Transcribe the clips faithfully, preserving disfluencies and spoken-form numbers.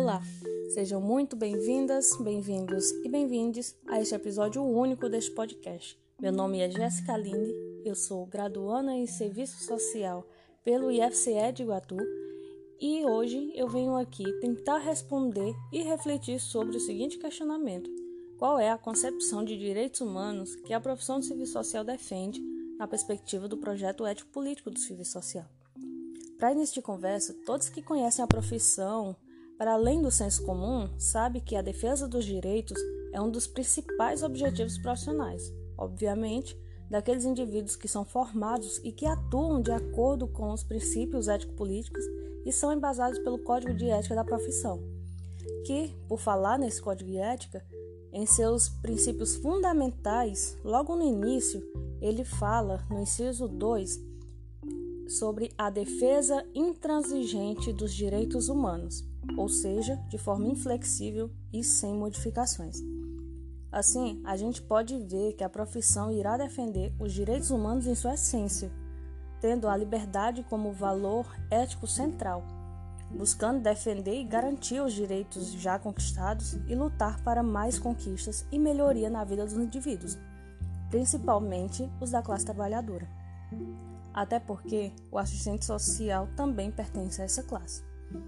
Olá, sejam muito bem-vindas, bem-vindos e bem-vindes a este episódio único deste podcast. Meu nome é Jéssica Linde, eu sou graduanda em Serviço Social pelo I F C E de Iguatu e hoje eu venho aqui tentar responder e refletir sobre o seguinte questionamento: qual é a concepção de direitos humanos que a profissão de serviço social defende na perspectiva do projeto ético-político do serviço social? Para início de conversa, todos que conhecem a profissão, para além do senso comum, sabem que a defesa dos direitos é um dos principais objetivos profissionais, obviamente, daqueles indivíduos que são formados e que atuam de acordo com os princípios ético-políticos e são embasados pelo Código de Ética da profissão, que, por falar nesse Código de Ética, em seus princípios fundamentais, logo no início, ele fala, no inciso dois, sobre a defesa intransigente dos direitos humanos, ou seja, de forma inflexível e sem modificações. Assim, a gente pode ver que a profissão irá defender os direitos humanos em sua essência, tendo a liberdade como valor ético central, buscando defender e garantir os direitos já conquistados e lutar para mais conquistas e melhoria na vida dos indivíduos, principalmente os da classe trabalhadora. Até porque o assistente social também pertence a essa classe.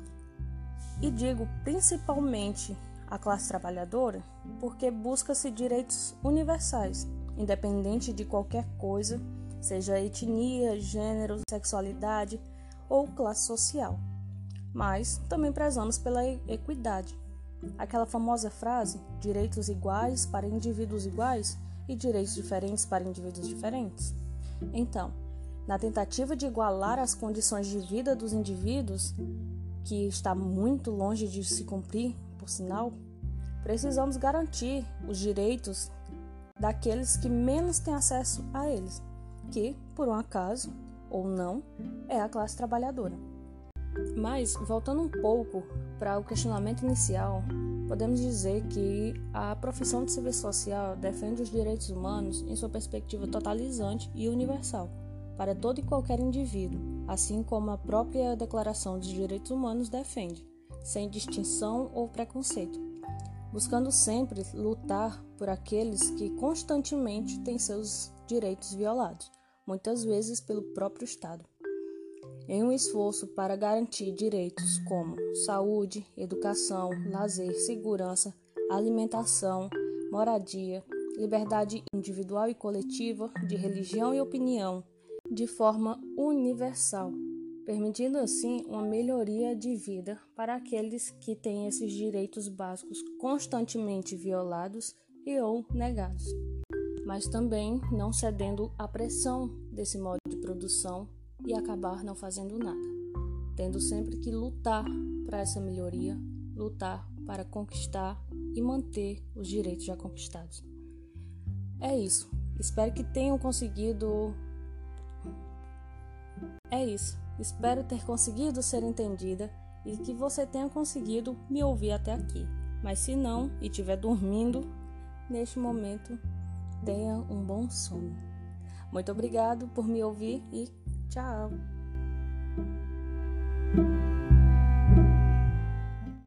E digo principalmente a classe trabalhadora porque busca-se direitos universais, independente de qualquer coisa, seja etnia, gênero, sexualidade ou classe social. Mas também prezamos pela equidade. Aquela famosa frase, direitos iguais para indivíduos iguais e direitos diferentes para indivíduos diferentes. Então, na tentativa de igualar as condições de vida dos indivíduos, que está muito longe de se cumprir, por sinal, precisamos garantir os direitos daqueles que menos têm acesso a eles, que, por um acaso, ou não, é a classe trabalhadora. Mas, voltando um pouco para o questionamento inicial, podemos dizer que a profissão de serviço social defende os direitos humanos em sua perspectiva totalizante e universal, para todo e qualquer indivíduo, assim como a própria Declaração dos Direitos Humanos defende, sem distinção ou preconceito, buscando sempre lutar por aqueles que constantemente têm seus direitos violados, muitas vezes pelo próprio Estado. Em um esforço para garantir direitos como saúde, educação, lazer, segurança, alimentação, moradia, liberdade individual e coletiva, de religião e opinião, de forma universal, permitindo assim uma melhoria de vida para aqueles que têm esses direitos básicos constantemente violados e ou negados, mas também não cedendo à pressão desse modo de produção e acabar não fazendo nada, tendo sempre que lutar para essa melhoria, lutar para conquistar e manter os direitos já conquistados. É isso, espero que tenham conseguido É isso, espero ter conseguido ser entendida e que você tenha conseguido me ouvir até aqui. Mas se não e estiver dormindo, neste momento, tenha um bom sono. Muito obrigado por me ouvir e tchau!